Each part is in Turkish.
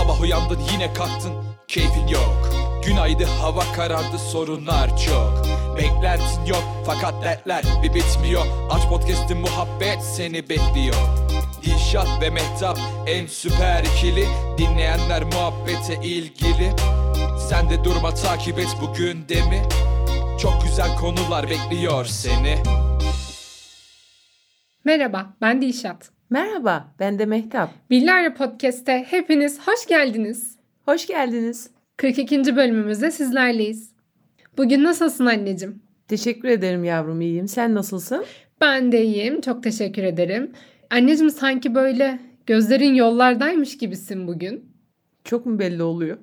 Sabah uyandın yine kalktın, keyfin yok. Gün aydı, hava karardı, sorunlar çok. Beklentin yok fakat dertler bir bitmiyor. Aç podcast'in, muhabbet seni bekliyor. Dilşat ve Mehtap en süper ikili. Dinleyenler muhabbete ilgili. Sen de durma, takip et bu gündemi. Çok güzel konular bekliyor seni. Merhaba, ben Dilşat. Merhaba, ben de Mehtap. Billerle Podcast'te hepiniz hoş geldiniz. Hoş geldiniz. 42. bölümümüzde sizlerleyiz. Bugün nasılsın anneciğim? Teşekkür ederim yavrum, iyiyim. Sen nasılsın? Ben de iyiyim, çok teşekkür ederim. Anneciğim sanki böyle gözlerin yollardaymış gibisin bugün. Çok mu belli oluyor?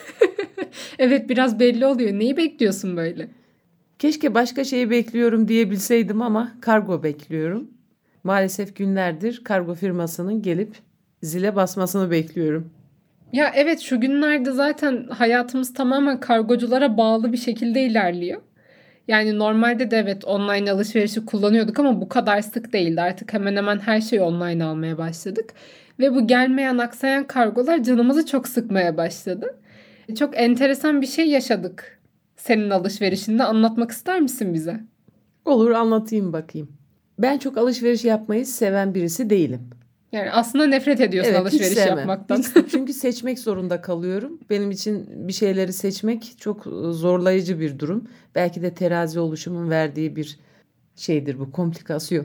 Evet, biraz belli oluyor. Neyi bekliyorsun böyle? Keşke başka şeyi bekliyorum diyebilseydim ama kargo bekliyorum. Maalesef günlerdir kargo firmasının gelip zile basmasını bekliyorum. Ya evet, şu günlerde zaten hayatımız tamamen kargoculara bağlı bir şekilde ilerliyor. Yani normalde de evet online alışverişi kullanıyorduk ama bu kadar sık değildi. Artık hemen hemen her şeyi online almaya başladık. Ve bu gelmeyen, aksayan kargolar canımızı çok sıkmaya başladı. Çok enteresan bir şey yaşadık senin alışverişinde. Anlatmak ister misin bize? Olur, anlatayım bakayım. Ben çok alışveriş yapmayı seven birisi değilim. Yani aslında nefret ediyorsun Evet, alışveriş hiç sevmem. yapmaktan. Çünkü seçmek zorunda kalıyorum. Benim için bir şeyleri seçmek çok zorlayıcı bir durum. Belki de terazi oluşumun verdiği bir şeydir bu, komplikasyon.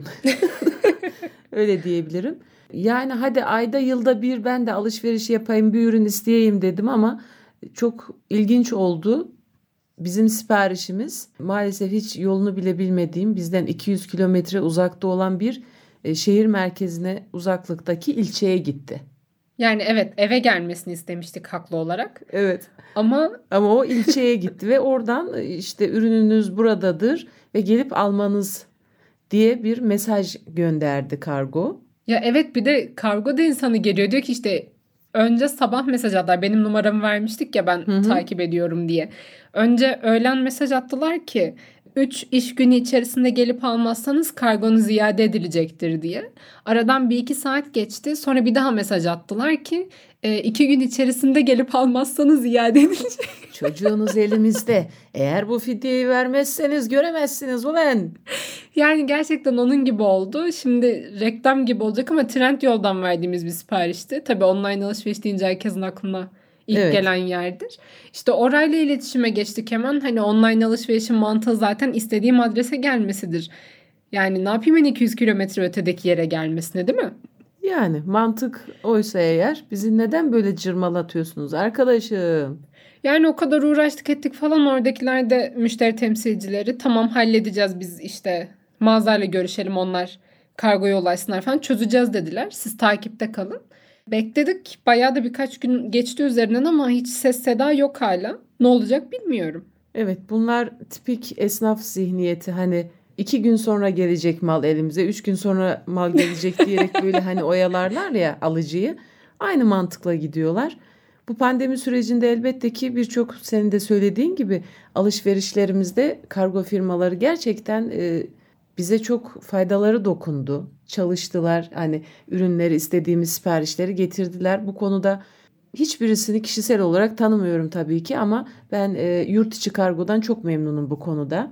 Öyle diyebilirim. Yani hadi ayda yılda bir ben de alışveriş yapayım, bir ürün isteyeyim dedim ama çok ilginç oldu. Bizim siparişimiz maalesef hiç yolunu bile bilmediğim, bizden 200 kilometre uzakta olan bir şehir merkezine uzaklıktaki ilçeye gitti. Yani evet, eve gelmesini istemiştik haklı olarak. Evet. Ama o ilçeye gitti ve oradan işte ürününüz buradadır ve gelip almanız diye bir mesaj gönderdi kargo. ya evet, bir de kargo da insanı geliyor. Diyor ki işte önce sabah mesaj attılar. Benim numaramı vermiştik ya, ben takip ediyorum diye. Önce öğlen mesaj attılar ki 3 iş günü içerisinde gelip almazsanız kargonuz iade edilecektir diye. Aradan 1-2 saat geçti. Sonra bir daha mesaj attılar ki 2 gün içerisinde gelip almazsanız iade edilecek. Çocuğunuz elimizde. Eğer bu fidyeyi vermezseniz göremezsiniz ulan. Yani gerçekten onun gibi oldu. Şimdi reklam gibi olacak ama Trendyol'dan verdiğimiz bir siparişti. Tabii online alışveriş deyince herkesin aklına ilk gelen yerdir. İşte orayla iletişime geçtik hemen. Hani online alışverişin mantığı zaten istediğim adrese gelmesidir. Yani ne yapayım ben 200 kilometre ötedeki yere gelmesine, değil mi? Yani mantık oysa eğer bizi neden böyle cırmalatıyorsunuz arkadaşım? Yani o kadar uğraştık ettik falan, oradakiler de müşteri temsilcileri. Tamam, halledeceğiz biz, işte mağazayla görüşelim, onlar kargoya ulaşsınlar falan, çözeceğiz dediler. Siz takipte kalın. Bekledik, bayağı da birkaç gün geçti üzerinden ama hiç ses seda yok hala. Ne olacak bilmiyorum. Evet, bunlar tipik esnaf zihniyeti, hani 2 gün sonra gelecek mal elimize, 3 gün sonra mal gelecek diyerek böyle hani oyalarlar ya alıcıyı. Aynı mantıkla gidiyorlar. Bu pandemi sürecinde elbette ki birçok, senin de söylediğin gibi, alışverişlerimizde kargo firmaları gerçekten bize çok faydaları dokundu. Çalıştılar, hani ürünleri, istediğimiz siparişleri getirdiler. Bu konuda hiçbirisini kişisel olarak tanımıyorum tabii ki ama ben yurt içi kargodan çok memnunum bu konuda.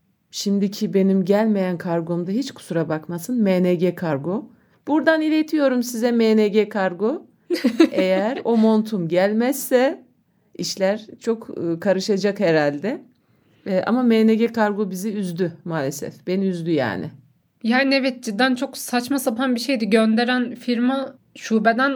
Şimdiki benim gelmeyen kargomda hiç kusura bakmasın, MNG Kargo. Buradan iletiyorum size MNG Kargo. Eğer o montum gelmezse işler çok karışacak herhalde. Ama MNG Kargo bizi üzdü maalesef. Beni üzdü yani. Yani evet, cidden çok saçma sapan bir şeydi. Gönderen firma şubeden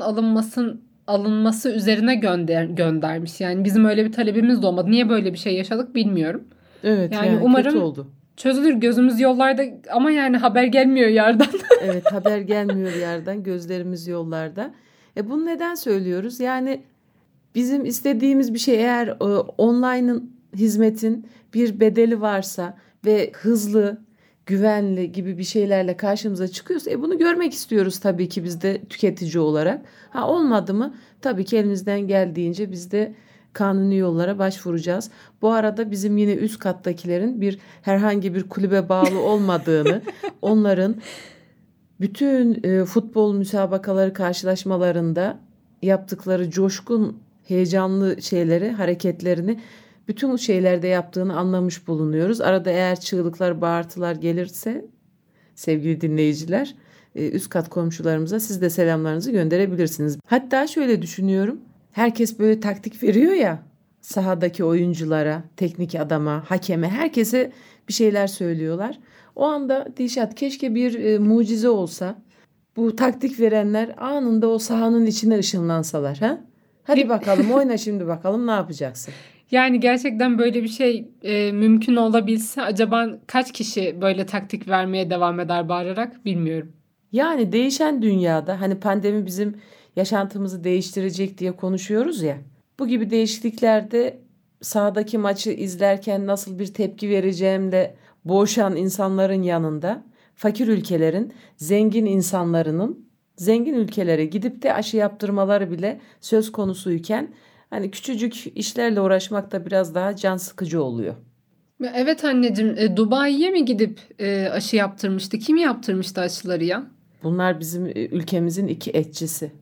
alınması üzerine göndermiş. Yani bizim öyle bir talebimiz de olmadı. Niye böyle bir şey yaşadık bilmiyorum. Evet, yani kötü umarım oldu. Çözülür, gözümüz yollarda ama yani haber gelmiyor yardan. Evet, haber gelmiyor yerden, gözlerimiz yollarda. Bunu neden söylüyoruz? Yani bizim istediğimiz bir şey, eğer online'ın, hizmetin bir bedeli varsa ve hızlı, güvenli gibi bir şeylerle karşımıza çıkıyorsa bunu görmek istiyoruz tabii ki biz de tüketici olarak. Olmadı mı tabii ki elimizden geldiğince biz de kanuni yollara başvuracağız. Bu arada bizim yine üst kattakilerin herhangi bir kulübe bağlı olmadığını, onların bütün futbol müsabakaları, karşılaşmalarında yaptıkları coşkun, heyecanlı şeyleri, hareketlerini bütün şeylerde yaptığını anlamış bulunuyoruz. Arada eğer çığlıklar, bağırtılar gelirse sevgili dinleyiciler, üst kat komşularımıza siz de selamlarınızı gönderebilirsiniz. Hatta şöyle düşünüyorum. Herkes böyle taktik veriyor ya, sahadaki oyunculara, teknik adama, hakeme, herkese bir şeyler söylüyorlar. O anda Dilşat, keşke bir mucize olsa. Bu taktik verenler anında o sahanın içine ışınlansalar. Ha? Hadi bakalım oyna şimdi, bakalım ne yapacaksın? Yani gerçekten böyle bir şey mümkün olabilse acaba kaç kişi böyle taktik vermeye devam eder bağırarak, bilmiyorum. Yani değişen dünyada, hani pandemi bizim yaşantımızı değiştirecek diye konuşuyoruz ya. Bu gibi değişikliklerde sahadaki maçı izlerken nasıl bir tepki vereceğimle boğuşan insanların yanında fakir ülkelerin, zengin insanlarının zengin ülkelere gidip de aşı yaptırmaları bile söz konusuyken hani küçücük işlerle uğraşmak da biraz daha can sıkıcı oluyor. Evet anneciğim, Dubai'ye mi gidip aşı yaptırmıştı? Kim yaptırmıştı aşıları ya? Bunlar bizim ülkemizin iki etçisi.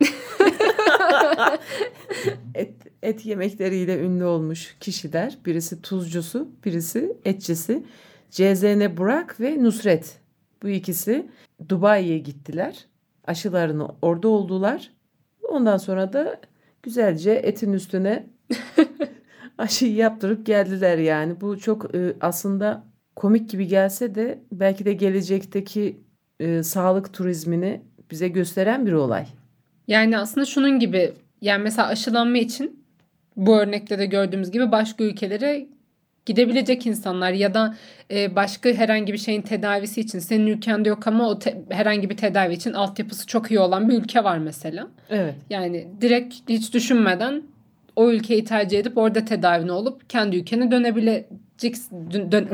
Et yemekleriyle ünlü olmuş kişiler. Birisi tuzcusu, birisi etçisi. Cezene Burak ve Nusret. Bu ikisi Dubai'ye gittiler. Aşılarını orada oldular. Ondan sonra da güzelce etin üstüne aşıyı yaptırıp geldiler yani. Bu çok aslında komik gibi gelse de belki de gelecekteki sağlık turizmini bize gösteren bir olay. Yani aslında şunun gibi, yani mesela aşılanma için bu örnekte de gördüğümüz gibi başka ülkelere gidebilecek insanlar ya da başka herhangi bir şeyin tedavisi için, senin ülkende yok ama herhangi bir tedavi için altyapısı çok iyi olan bir ülke var mesela. Evet. Yani direkt hiç düşünmeden o ülkeyi tercih edip orada tedavini olup kendi ülkene dönebileceksin.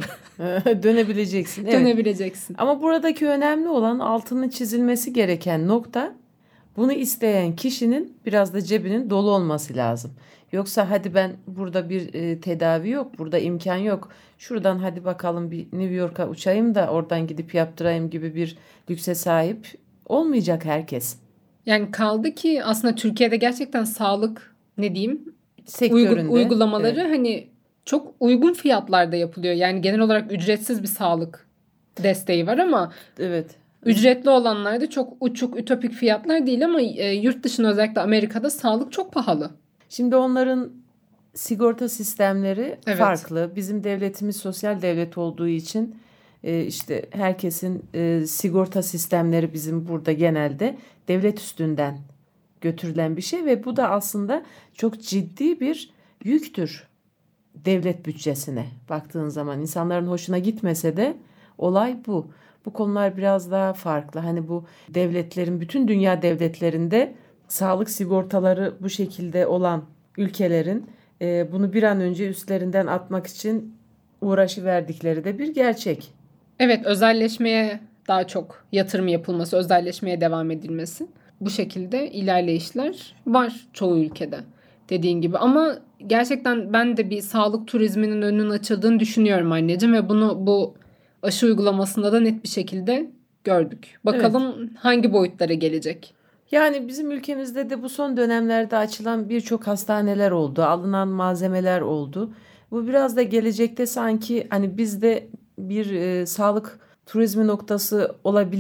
Dönebileceksin. Evet. Dönebileceksin. Ama buradaki önemli olan, altının çizilmesi gereken nokta, bunu isteyen kişinin biraz da cebinin dolu olması lazım. Yoksa hadi ben burada bir tedavi yok, burada imkan yok. Şuradan hadi bakalım bir New York'a uçayım da oradan gidip yaptırayım gibi bir lükse sahip olmayacak herkes. Yani kaldı ki aslında Türkiye'de gerçekten sağlık, ne diyeyim, Sektöründe. uygulamaları Evet. hani çok uygun fiyatlarda yapılıyor. Yani genel olarak ücretsiz bir sağlık desteği var ama Evet. ücretli olanlar da çok uçuk, ütopik fiyatlar değil ama yurt dışında, özellikle Amerika'da sağlık çok pahalı. Şimdi onların sigorta sistemleri Evet. farklı. Bizim devletimiz sosyal devlet olduğu için işte herkesin sigorta sistemleri bizim burada genelde devlet üstünden götürülen bir şey ve bu da aslında çok ciddi bir yüktür devlet bütçesine baktığın zaman. İnsanların hoşuna gitmese de olay bu. Bu konular biraz daha farklı. Hani bu devletlerin, bütün dünya devletlerinde sağlık sigortaları bu şekilde olan ülkelerin bunu bir an önce üstlerinden atmak için uğraşıverdikleri de bir gerçek. Evet, özelleşmeye daha çok yatırım yapılması, özelleşmeye devam edilmesi. Bu şekilde ilerleyişler var çoğu ülkede, dediğin gibi. Ama gerçekten ben de bir sağlık turizminin önünün açıldığını düşünüyorum anneciğim ve bunu bu aşı uygulamasında da net bir şekilde gördük. Bakalım hangi boyutlara gelecek? Yani bizim ülkemizde de bu son dönemlerde açılan birçok hastaneler oldu, alınan malzemeler oldu. Bu biraz da gelecekte sanki hani biz de bir sağlık turizmi noktası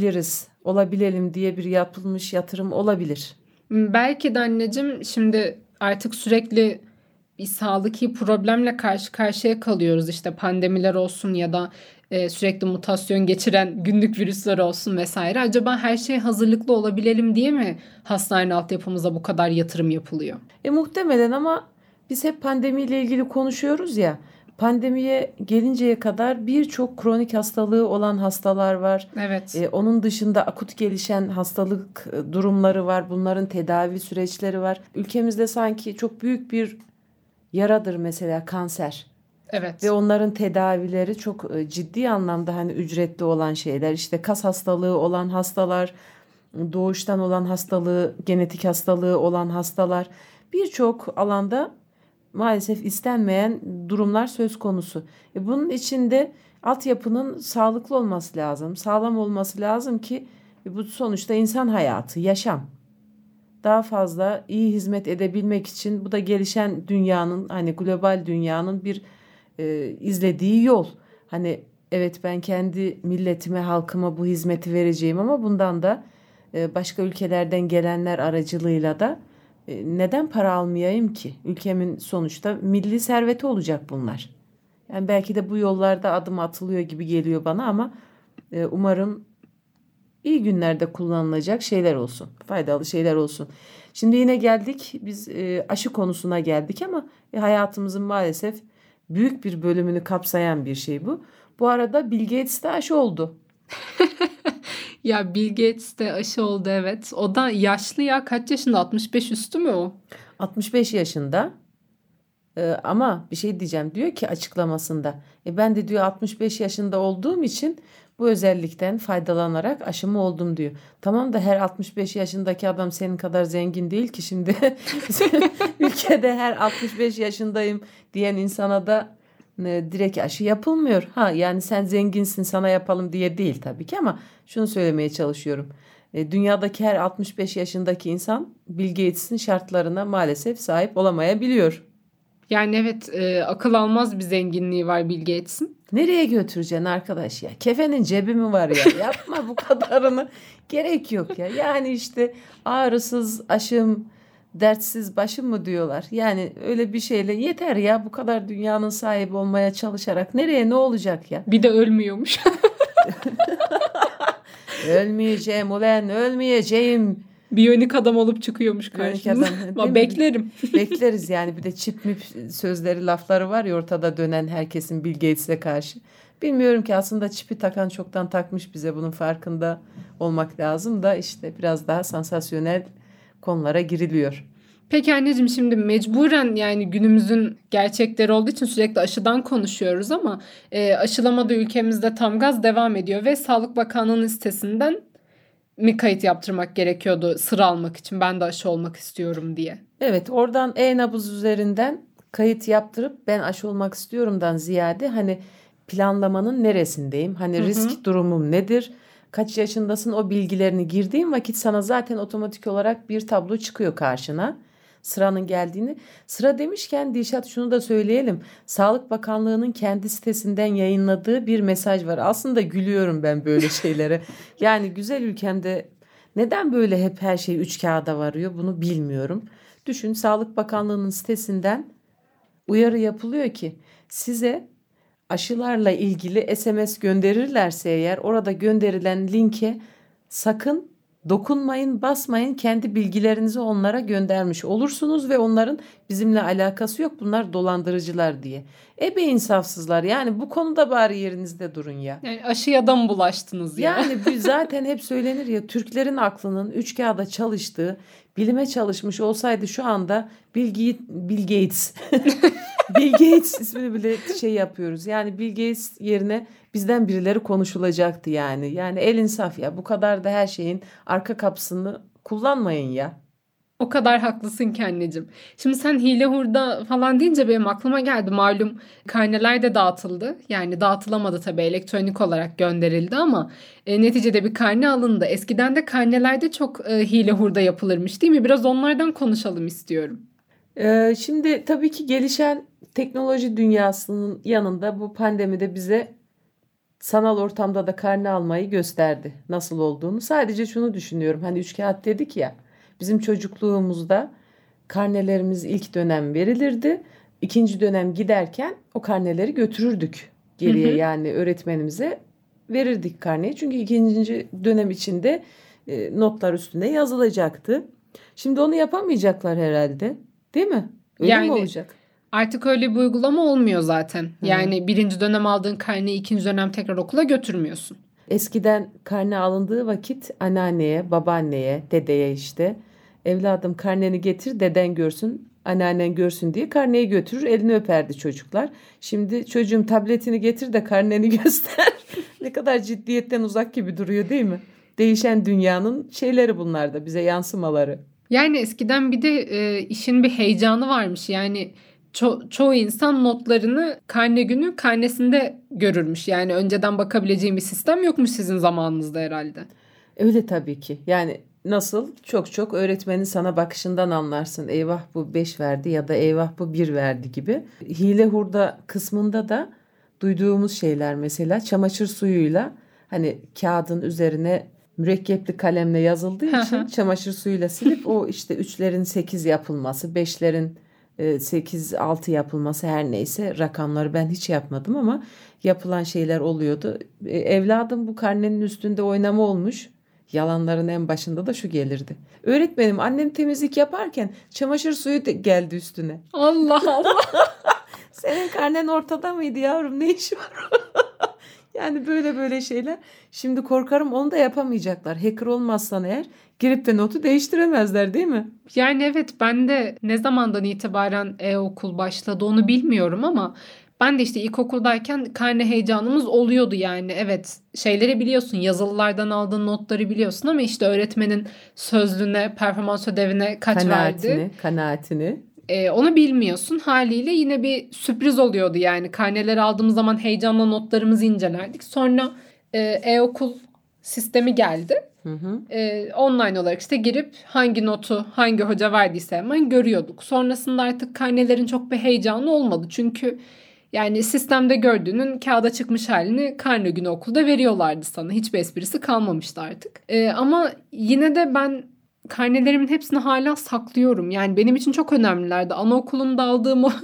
olabilelim diye bir yapılmış yatırım olabilir. Belki de anneciğim, şimdi artık sürekli bir sağlıki problemle karşı karşıya kalıyoruz. İşte pandemiler olsun ya da sürekli mutasyon geçiren günlük virüsler olsun vesaire. Acaba her şeye hazırlıklı olabilelim diye mi hastane altyapımıza bu kadar yatırım yapılıyor? Muhtemelen ama biz hep pandemiyle ilgili konuşuyoruz ya. Pandemiye gelinceye kadar birçok kronik hastalığı olan hastalar var. Evet. Onun dışında akut gelişen hastalık durumları var. Bunların tedavi süreçleri var. Ülkemizde sanki çok büyük bir yaradır mesela kanser. Evet. Ve onların tedavileri çok ciddi anlamda hani ücretli olan şeyler. İşte kas hastalığı olan hastalar, doğuştan olan hastalığı, genetik hastalığı olan hastalar, birçok alanda maalesef istenmeyen durumlar söz konusu. Bunun içinde altyapının sağlıklı olması lazım, sağlam olması lazım ki bu sonuçta insan hayatı, yaşam. daha fazla iyi hizmet edebilmek için bu da gelişen dünyanın hani global dünyanın bir izlediği yol. Hani evet ben kendi milletime, halkıma bu hizmeti vereceğim ama bundan da başka ülkelerden gelenler aracılığıyla da neden para almayayım ki? Ülkemin sonuçta milli serveti olacak bunlar. Yani belki de bu yollarda adım atılıyor gibi geliyor bana ama umarım iyi günlerde kullanılacak şeyler olsun. Faydalı şeyler olsun. Şimdi yine geldik biz aşı konusuna geldik ama hayatımızın maalesef büyük bir bölümünü kapsayan bir şey bu. Bu arada Bill Gates de aşı oldu. Ya Bill Gates de aşı oldu, evet. O da yaşlı ya, kaç yaşında, 65 üstü mü o? 65 yaşında. Ama bir şey diyeceğim, diyor ki açıklamasında ben de diyor 65 yaşında olduğum için bu özellikten faydalanarak aşımı oldum diyor. Tamam da her 65 yaşındaki adam senin kadar zengin değil ki şimdi. Ülkede her 65 yaşındayım diyen insana da direkt aşı yapılmıyor. Yani sen zenginsin sana yapalım diye değil tabii ki ama şunu söylemeye çalışıyorum. Dünyadaki her 65 yaşındaki insan Bill Gates'in şartlarına maalesef sahip olamayabiliyor. Yani evet, akıl almaz bir zenginliği var Bill Gates'in. Nereye götüreceksin arkadaş ya? Kefenin cebi mi var ya? Yapma bu kadarını. Gerek yok ya. Yani işte ağrısız aşım, dertsiz başım mı diyorlar. Yani öyle bir şeyle yeter ya. Bu kadar dünyanın sahibi olmaya çalışarak nereye ne olacak ya? Bir de ölmüyormuş. Ölmeyeceğim ulan ölmeyeceğim. Biyonik adam olup çıkıyormuş Biyonik karşımıza. adam, değil Ama mi? beklerim. Bekleriz yani bir de çip mip sözleri lafları var ya ortada dönen herkesin Bill Gates'e karşı. Bilmiyorum ki aslında çipi takan çoktan takmış bize bunun farkında olmak lazım da işte biraz daha sansasyonel konulara giriliyor. Peki anneciğim, şimdi mecburen yani günümüzün gerçekleri olduğu için sürekli aşıdan konuşuyoruz ama aşılama da ülkemizde tam gaz devam ediyor ve Sağlık Bakanlığı'nın sitesinden mi kayıt yaptırmak gerekiyordu sıra almak için, ben de aşı olmak istiyorum diye. Evet oradan e-nabız üzerinden kayıt yaptırıp ben aşı olmak istiyorumdan ziyade hani planlamanın neresindeyim? Hani risk durumum nedir? Kaç yaşındasın, o bilgilerini girdiğin vakit sana zaten otomatik olarak bir tablo çıkıyor karşına. Sıranın geldiğini. Sıra demişken Dilşat şunu da söyleyelim. Sağlık Bakanlığı'nın kendi sitesinden yayınladığı bir mesaj var. Aslında gülüyorum ben böyle şeylere. Yani güzel ülkemde neden böyle hep her şey üç kağıda varıyor bunu bilmiyorum. Düşün, Sağlık Bakanlığı'nın sitesinden uyarı yapılıyor ki size aşılarla ilgili SMS gönderirlerse eğer orada gönderilen linke sakın dokunmayın, basmayın, kendi bilgilerinizi onlara göndermiş olursunuz ve onların bizimle alakası yok, bunlar dolandırıcılar diye. Ebe insafsızlar yani, bu konuda bari yerinizde durun ya. Yani aşıya da mı bulaştınız ya? Yani zaten hep söylenir ya, Türklerin aklının üç kağıda çalıştığı, bilime çalışmış olsaydı şu anda Bill Gates Bill Gates ismini bile şey yapıyoruz. Yani Bill Gates yerine bizden birileri konuşulacaktı yani. Yani el insaf ya, bu kadar da her şeyin arka kapısını kullanmayın ya. O kadar haklısın ki anneciğim. Şimdi sen hile hurda falan deyince benim aklıma geldi. Malum karneler de dağıtıldı. Yani dağıtılamadı tabii, elektronik olarak gönderildi ama neticede bir karne alındı. Eskiden de karnelerde çok hile hurda yapılırmış değil mi? Biraz onlardan konuşalım istiyorum. Şimdi tabii ki gelişen teknoloji dünyasının yanında bu pandemide bize sanal ortamda da karne almayı gösterdi nasıl olduğunu. Sadece şunu düşünüyorum, hani üç kağıt dedik ya, bizim çocukluğumuzda karnelerimiz ilk dönem verilirdi. İkinci dönem giderken o karneleri götürürdük geriye, yani öğretmenimize verirdik karneyi. Çünkü ikinci dönem içinde notlar üstüne yazılacaktı. Şimdi onu yapamayacaklar herhalde, değil mi? Öyle mi olacak? Artık öyle bir uygulama olmuyor zaten. Yani birinci dönem aldığın karneyi ikinci dönem tekrar okula götürmüyorsun. Eskiden karne alındığı vakit anneanneye, babaanneye, dedeye işte evladım karneni getir deden görsün, anneannen görsün diye karneyi götürür, elini öperdi çocuklar. Şimdi çocuğum tabletini getir de karneni göster. Ne kadar ciddiyetten uzak gibi duruyor değil mi? Değişen dünyanın şeyleri bunlar da, bize yansımaları. Yani eskiden bir de işin bir heyecanı varmış. Yani çoğu insan notlarını karne günü karnesinde görürmüş. Yani önceden bakabileceğim bir sistem yokmuş sizin zamanınızda herhalde. Öyle tabii ki. Yani nasıl? Çok çok öğretmenin sana bakışından anlarsın. Eyvah bu 5 verdi ya da eyvah bu 1 verdi gibi. Hile hurda kısmında da duyduğumuz şeyler mesela çamaşır suyuyla hani kağıdın üzerine mürekkepli kalemle yazıldığı için çamaşır suyuyla silip o işte 3'lerin 8 yapılması, 5'lerin 8-6 yapılması her neyse rakamları ben hiç yapmadım ama yapılan şeyler oluyordu. Evladım bu karnenin üstünde oynama olmuş. Yalanların en başında da şu gelirdi. Öğretmenim annem temizlik yaparken çamaşır suyu geldi üstüne. Allah Allah. Senin karnen ortada mıydı yavrum, ne işi var? Yani böyle şeyler. Şimdi korkarım onu da yapamayacaklar. Hacker olmazsan eğer girip de notu değiştiremezler değil mi? Yani evet, ben de ne zamandan itibaren e-okul başladı onu bilmiyorum ama ben de işte ilkokuldayken karne heyecanımız oluyordu yani. Evet, şeyleri biliyorsun, yazılılardan aldığın notları biliyorsun ama işte öğretmenin sözlüğüne, performans ödevine kaç verdi. Kanaatini. Onu bilmiyorsun. Haliyle yine bir sürpriz oluyordu yani. Karneleri aldığımız zaman heyecanla notlarımızı incelerdik. Sonra e-okul sistemi geldi. Online olarak işte girip hangi notu hangi hoca verdiyse hemen görüyorduk. Sonrasında artık karnelerin çok bir heyecanı olmadı. Çünkü yani sistemde gördüğünün kağıda çıkmış halini karne günü okulda veriyorlardı sana. Hiçbir esprisi kalmamıştı artık. Ama yine de ben karnelerimin hepsini hala saklıyorum. Yani benim için çok önemlilerdi. Anaokulunda aldığım o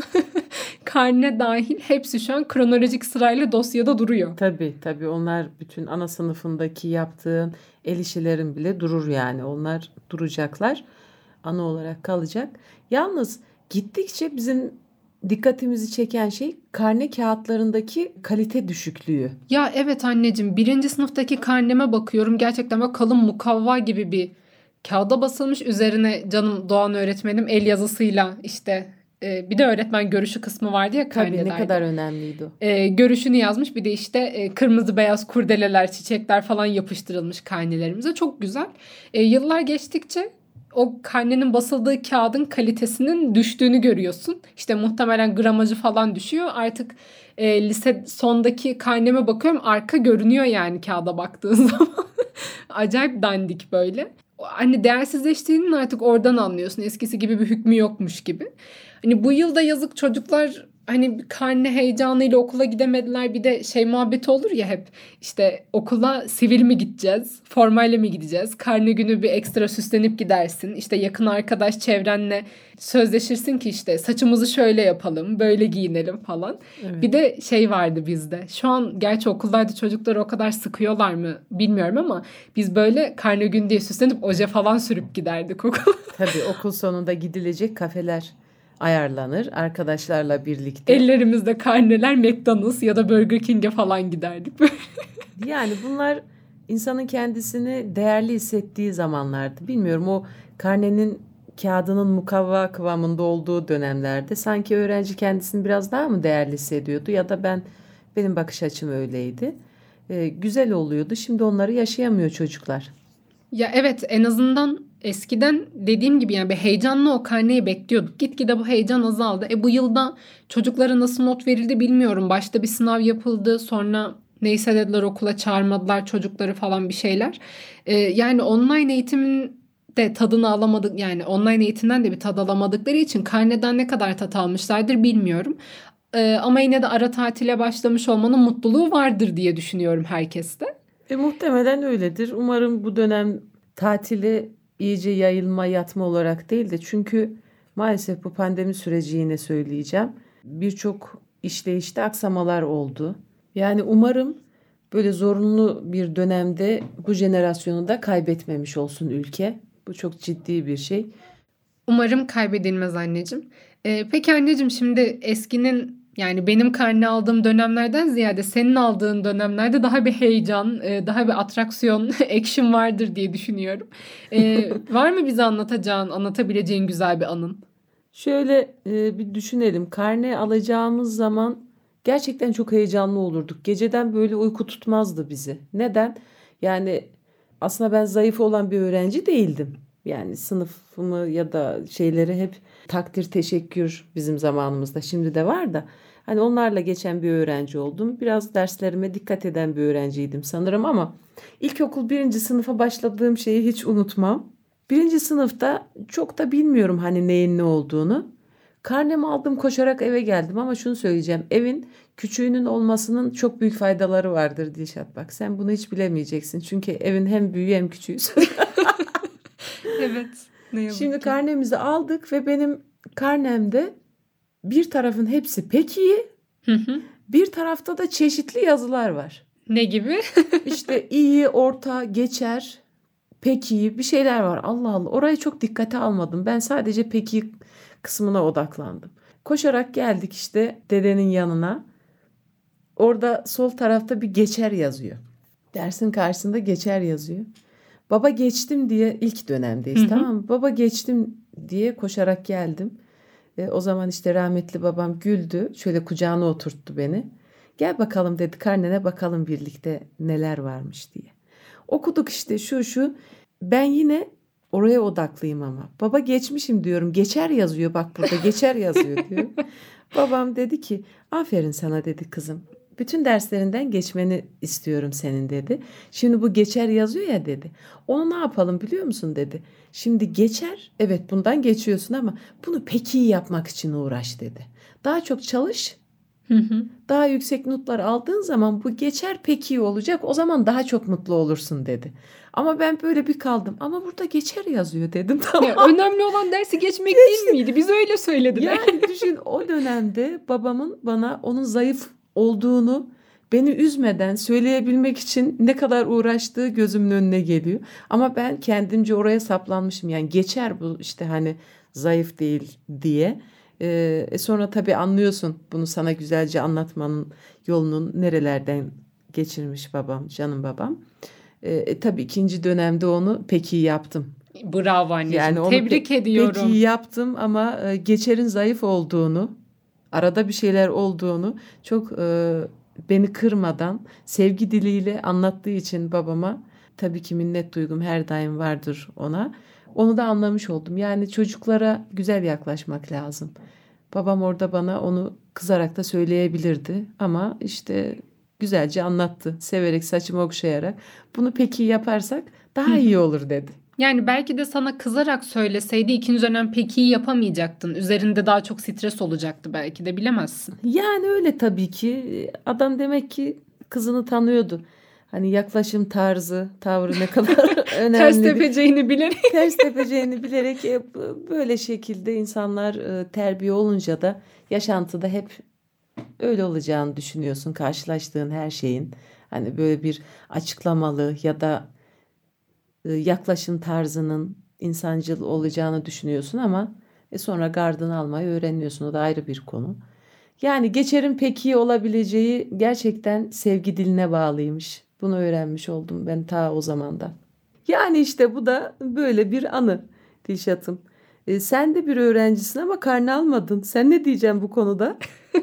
karne dahil hepsi şu an kronolojik sırayla dosyada duruyor. Tabii onlar bütün ana sınıfındaki yaptığın el işlerin bile durur yani. Onlar duracaklar. Ana olarak kalacak. Yalnız gittikçe bizim dikkatimizi çeken şey karne kağıtlarındaki kalite düşüklüğü. Ya evet anneciğim, 1. sınıftaki karneme bakıyorum. Gerçekten böyle kalın mukavva gibi bir kağıda basılmış. Üzerine canım Doğan öğretmenim el yazısıyla işte bir de öğretmen görüşü kısmı vardı ya karnelerde. Tabii ne kadar önemliydi o. Görüşünü yazmış, bir de işte kırmızı beyaz kurdeleler, çiçekler falan yapıştırılmış karnelerimize. Çok güzel. Yıllar geçtikçe o karnenin basıldığı kağıdın kalitesinin düştüğünü görüyorsun. İşte muhtemelen gramajı falan düşüyor. Artık lise sondaki karneme bakıyorum, arka görünüyor yani kağıda baktığın zaman. Acayip dandik böyle. Hani değersizleştiğini artık oradan anlıyorsun. Eskisi gibi bir hükmü yokmuş gibi. Hani bu yılda yazık çocuklar hani karne heyecanıyla okula gidemediler. Bir de şey muhabbeti olur ya hep. İşte okula sivil mi gideceğiz? Formayla mı gideceğiz? Karne günü bir ekstra süslenip gidersin. İşte yakın arkadaş çevrenle sözleşirsin ki işte saçımızı şöyle yapalım, böyle giyinelim falan. Evet. Bir de şey vardı bizde. Şu an gerçi okullarda çocukları o kadar sıkıyorlar mı bilmiyorum ama biz böyle karne günü diye süslenip oje falan sürüp giderdik okula. Tabii okul sonunda gidilecek kafeler ayarlanır arkadaşlarla birlikte. Ellerimizde karneler, McDonald's ya da Burger King'e falan giderdik. Yani bunlar insanın kendisini değerli hissettiği zamanlardı. Bilmiyorum, o karnenin kağıdının mukavva kıvamında olduğu dönemlerde sanki öğrenci kendisini biraz daha mı değerli hissediyordu ya da benim bakış açım öyleydi. Güzel oluyordu. Şimdi onları yaşayamıyor çocuklar. Ya evet, en azından eskiden dediğim gibi yani bir heyecanla o karneyi bekliyorduk. Gitgide bu heyecan azaldı. Bu yılda çocuklara nasıl not verildi bilmiyorum. Başta bir sınav yapıldı, sonra neyse dediler, okula çağırmadılar çocukları falan bir şeyler. Yani online eğitimin de tadını alamadık, yani online eğitimden de bir tad alamadıkları için karneden ne kadar tat almışlardır bilmiyorum. Ama yine de ara tatile başlamış olmanın mutluluğu vardır diye düşünüyorum herkeste. Muhtemelen öyledir. Umarım bu dönem tatili iyice yayılma, yatma olarak değil de, çünkü maalesef bu pandemi süreci, yine söyleyeceğim, birçok işleyişte aksamalar oldu. Yani umarım böyle zorunlu bir dönemde bu jenerasyonu da kaybetmemiş olsun ülke. Bu çok ciddi bir şey. Umarım kaybedilmez anneciğim. Peki anneciğim, şimdi eskinin, yani benim karne aldığım dönemlerden ziyade senin aldığın dönemlerde daha bir heyecan, daha bir atraksiyon, action vardır diye düşünüyorum. Var mı bize anlatabileceğin güzel bir anın? Şöyle bir düşünelim. Karne alacağımız zaman gerçekten çok heyecanlı olurduk. Geceden böyle uyku tutmazdı bizi. Neden? Yani aslında ben zayıf olan bir öğrenci değildim. Yani sınıfımı ya da şeyleri hep takdir, teşekkür bizim zamanımızda, şimdi de var da. Hani onlarla geçen bir öğrenci oldum. Biraz derslerime dikkat eden bir öğrenciydim sanırım ama ilkokul 1. sınıfa başladığım şeyi hiç unutmam. 1. sınıfta çok da bilmiyorum hani neyin ne olduğunu. Karnemi aldım, koşarak eve geldim ama şunu söyleyeceğim. Evin küçüğünün olmasının çok büyük faydaları vardır Dilşat, bak. Sen bunu hiç bilemeyeceksin. Çünkü evin hem büyüğü hem küçüğü. Evet. Ne yazık Şimdi ki. karnemizi aldık ve benim karnemde bir tarafın hepsi pek iyi, Hı hı. bir tarafta da çeşitli yazılar var. Ne gibi? İşte iyi, orta, geçer, pek iyi bir şeyler var. Allah Allah, orayı çok dikkate almadım. Ben sadece pek iyi kısmına odaklandım. Koşarak geldik işte dedenin yanına. Orada sol tarafta bir geçer yazıyor. Dersin karşısında geçer yazıyor. Baba geçtim diye, ilk dönemdeyiz, tamam mı? Baba geçtim diye koşarak geldim. O zaman işte rahmetli babam güldü. Şöyle kucağına oturttu beni. Gel bakalım dedi, karnene bakalım birlikte neler varmış diye. Okuduk işte şu. Ben yine oraya odaklıyım ama. Baba geçmişim diyorum. Geçer yazıyor, bak burada geçer yazıyor diyor. Babam dedi ki aferin sana dedi kızım. Bütün derslerinden geçmeni istiyorum senin dedi. Şimdi bu geçer yazıyor ya dedi. Onu ne yapalım biliyor musun dedi. Şimdi geçer, evet bundan geçiyorsun ama bunu pek iyi yapmak için uğraş dedi. Daha çok çalış. Daha yüksek notlar aldığın zaman bu geçer pek iyi olacak. O zaman daha çok mutlu olursun dedi. Ama ben böyle bir kaldım. Ama burada geçer yazıyor dedim. Tamam. Ya, önemli olan dersi geçmek değil miydi? Biz öyle söylediler. Yani düşün, o dönemde babamın bana onun zayıf olduğunu beni üzmeden söyleyebilmek için ne kadar uğraştığı gözümün önüne geliyor. Ama ben kendimce oraya saplanmışım. Yani geçer bu işte hani zayıf değil diye. Sonra tabii anlıyorsun bunu sana güzelce anlatmanın yolunun nerelerden geçirmiş babam, canım babam. Tabii ikinci dönemde onu pek iyi yaptım. Bravo anneciğim. Yani onu Tebrik ediyorum. pek iyi yaptım ama geçerin zayıf olduğunu, arada bir şeyler olduğunu çok beni kırmadan sevgi diliyle anlattığı için babama tabii ki minnet duygum her daim vardır ona. Onu da anlamış oldum. Yani çocuklara güzel yaklaşmak lazım. Babam orada bana onu kızarak da söyleyebilirdi ama işte güzelce anlattı. Severek, saçımı okşayarak. Bunu peki yaparsak daha iyi olur dedi. Yani belki de sana kızarak söyleseydi ikinci dönem pek iyi yapamayacaktın. Üzerinde daha çok stres olacaktı belki de, bilemezsin. Yani öyle tabii ki. Adam demek ki kızını tanıyordu. Hani yaklaşım tarzı, tavrı ne kadar önemli. Ters tepeceğini bilerek. Ters tepeceğini bilerek böyle şekilde insanlar terbiye olunca da yaşantıda hep öyle olacağını düşünüyorsun. Karşılaştığın her şeyin hani böyle bir açıklamalı ya da yaklaşım tarzının insancıl olacağını düşünüyorsun ama sonra gardını almayı öğreniyorsun. O da ayrı bir konu. Yani geçerin pek iyi olabileceği gerçekten sevgi diline bağlıymış. Bunu öğrenmiş oldum ben ta o zamandan. Yani işte bu da böyle bir anı Dilşat'ım. Sen de bir öğrencisin ama karne almadın. Sen ne diyeceksin bu konuda?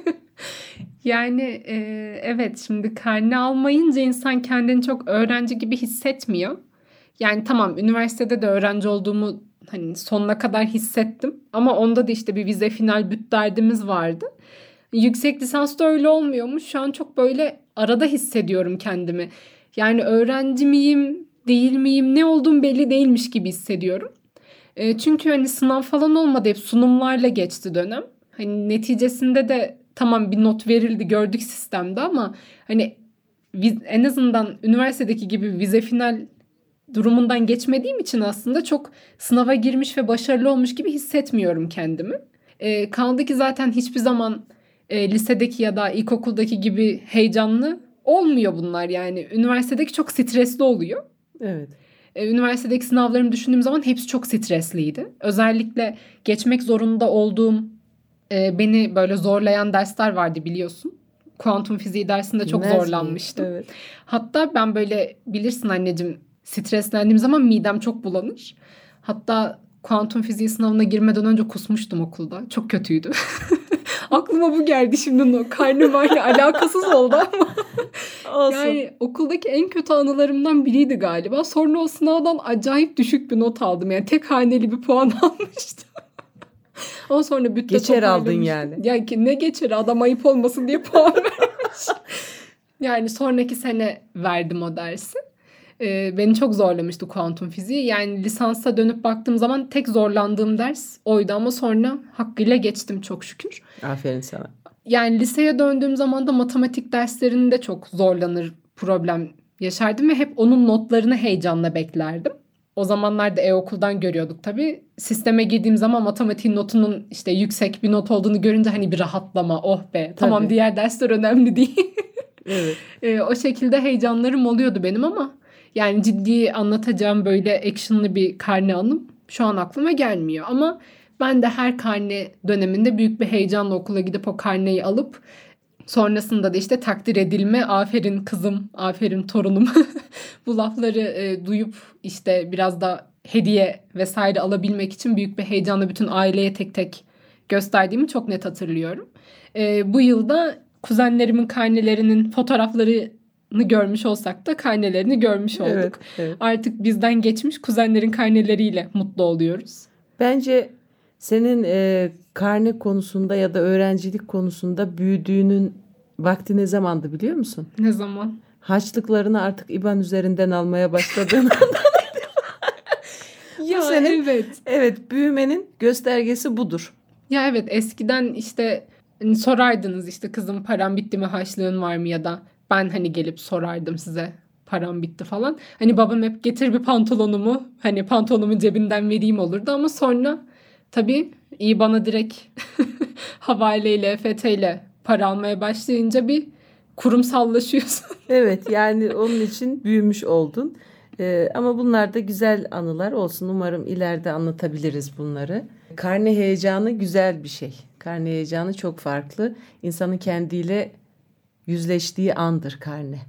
Yani evet, şimdi karne almayınca insan kendini çok öğrenci gibi hissetmiyor. Yani tamam, üniversitede de öğrenci olduğumu hani sonuna kadar hissettim. Ama onda da işte bir vize, final, büt derdimiz vardı. Yüksek lisansta öyle olmuyormuş. Şu an çok böyle arada hissediyorum kendimi. Yani öğrenci miyim, değil miyim, ne olduğum belli değilmiş gibi hissediyorum. Çünkü hani sınav falan olmadı, hep sunumlarla geçti dönem. Hani neticesinde de tamam bir not verildi, gördük sistemde ama hani en azından üniversitedeki gibi vize, final durumundan geçmediğim için aslında çok sınava girmiş ve başarılı olmuş gibi hissetmiyorum kendimi. Kaldı ki zaten hiçbir zaman lisedeki ya da ilkokuldaki gibi heyecanlı olmuyor bunlar yani. Üniversitedeki çok stresli oluyor. Evet. Üniversitedeki sınavlarımı düşündüğüm zaman hepsi çok stresliydi. Özellikle geçmek zorunda olduğum beni böyle zorlayan dersler vardı, biliyorsun. Kuantum fiziği dersinde çok Bilmez zorlanmıştım. miyim? Evet. Hatta ben böyle, bilirsin anneciğim, streslendiğim zaman midem çok bulanır. Hatta kuantum fiziği sınavına girmeden önce kusmuştum okulda. Çok kötüydü. Aklıma bu geldi şimdi. Karnemayla alakasız oldu ama. Olsun. Yani okuldaki en kötü anılarımdan biriydi galiba. Sonra o sınavdan acayip düşük bir not aldım. Yani tek haneli bir puan almıştım. Ama sonra bütte Geçer aldın toparlamış. yani. Ya ki ne geçer, adam ayıp olmasın diye puan vermiş. Yani sonraki sene verdim o dersi. Beni çok zorlamıştı kuantum fiziği. Yani lisansa dönüp baktığım zaman tek zorlandığım ders oydu ama sonra hakkıyla geçtim çok şükür. Aferin sana. Yani liseye döndüğüm zaman da matematik derslerinde çok zorlanır, problem yaşardım ve hep onun notlarını heyecanla beklerdim. O zamanlarda e-okuldan görüyorduk tabii. Sisteme girdiğim zaman matematiğin notunun işte yüksek bir not olduğunu görünce hani bir rahatlama, oh be tamam Tabii. diğer dersler önemli değil. Evet. O şekilde heyecanlarım oluyordu benim ama yani ciddi anlatacağım böyle action'lı bir karne anım şu an aklıma gelmiyor. Ama ben de her karne döneminde büyük bir heyecanla okula gidip o karneyi alıp sonrasında da işte takdir edilme, aferin kızım, aferin torunum bu lafları duyup işte biraz da hediye vesaire alabilmek için büyük bir heyecanla bütün aileye tek tek gösterdiğimi çok net hatırlıyorum. Bu yılda kuzenlerimin karnelerinin fotoğraflarını görmüş olsak da karnelerini görmüş olduk. Evet, evet. Artık bizden geçmiş kuzenlerin karneleriyle mutlu oluyoruz. Bence senin karne konusunda ya da öğrencilik konusunda büyüdüğünün vakti ne zamandı biliyor musun? Ne zaman? Harçlıklarını artık IBAN üzerinden almaya başladığın Ya senin- evet. Evet, büyümenin göstergesi budur. Ya evet, eskiden işte hani sorardınız işte kızım param bitti mi, harçlığın var mı, ya da ben hani gelip sorardım size param bitti falan. Hani babam hep getir bir pantolonumu, hani pantolonumu cebinden vereyim olurdu ama sonra tabii iyi bana direkt havaleyle, EFT'yle para almaya başlayınca bir kurumsallaşıyorsun. Evet, yani onun için büyümüş oldun. Ama bunlar da güzel anılar olsun. Umarım ileride anlatabiliriz bunları. Karne heyecanı güzel bir şey. Karne heyecanı çok farklı. İnsanın kendiyle yüzleştiği andır karne.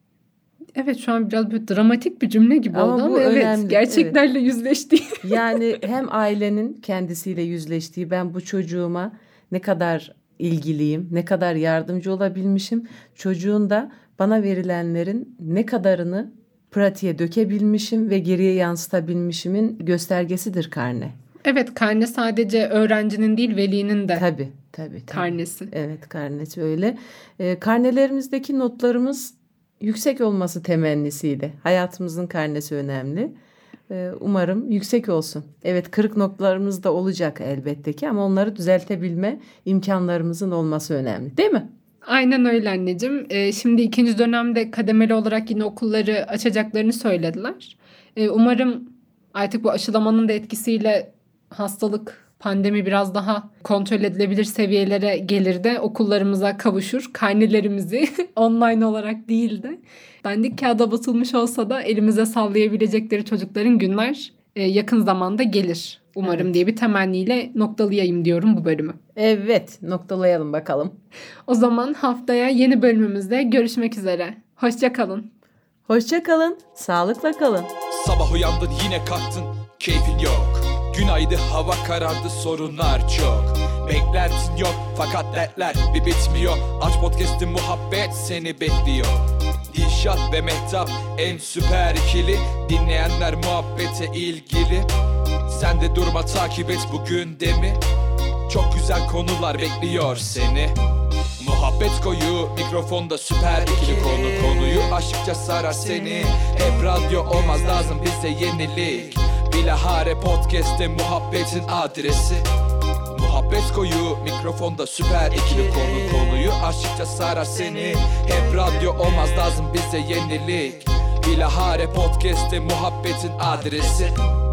Evet, şu an biraz böyle dramatik bir cümle gibi Ama oldu bu ama evet, önemli, gerçeklerle yüzleştiği. Yani hem ailenin kendisiyle yüzleştiği, ben bu çocuğuma ne kadar ilgiliyim, ne kadar yardımcı olabilmişim, çocuğun da bana verilenlerin ne kadarını pratiğe dökebilmişim ve geriye yansıtabilmişimin göstergesidir karne. Evet, karne sadece öğrencinin değil, velinin de Tabii. karnesi. Evet, karnesi öyle. Karnelerimizdeki notlarımız yüksek olması temennisiydi. Hayatımızın karnesi önemli. Umarım yüksek olsun. Evet, kırık noktalarımız da olacak elbette ki ama onları düzeltebilme imkanlarımızın olması önemli. Değil mi? Aynen öyle anneciğim. Şimdi ikinci dönemde kademeli olarak yine okulları açacaklarını söylediler. Umarım artık bu aşılamanın da etkisiyle hastalık, pandemi biraz daha kontrol edilebilir seviyelere gelir de okullarımıza kavuşur. Karnelerimizi online olarak değil de dandik kağıda basılmış olsa da elimize sallayabilecekleri çocukların günler yakın zamanda gelir. Umarım diye bir temenniyle noktalayayım diyorum bu bölümü. Evet, noktalayalım bakalım. O zaman haftaya yeni bölümümüzde görüşmek üzere. Hoşça kalın. Hoşça kalın, sağlıkla kalın. Sabah uyandın yine kalktın, keyfin yok. Günaydın hava karardı, sorunlar çok. Beklentin yok fakat dertler bir bitmiyor. Aç podcast'in muhabbet seni bekliyor. Dilşat ve Mehtap en süper ikili. Dinleyenler muhabbete ilgili. Sen de durma, takip et bu gündemi. Çok güzel konular bekliyor seni. Muhabbet koyu mikrofonda süper ikili konuyu aşıkça sarar seni. Hep radyo olmaz, lazım bize yenilik. Bilahare podcast'te muhabbetin adresi. Muhabbet koyu mikrofonda süper ikili konuyu aşıkça sarar seni. Hep radyo olmaz, lazım bize yenilik. Bilahare podcast'te muhabbetin adresi.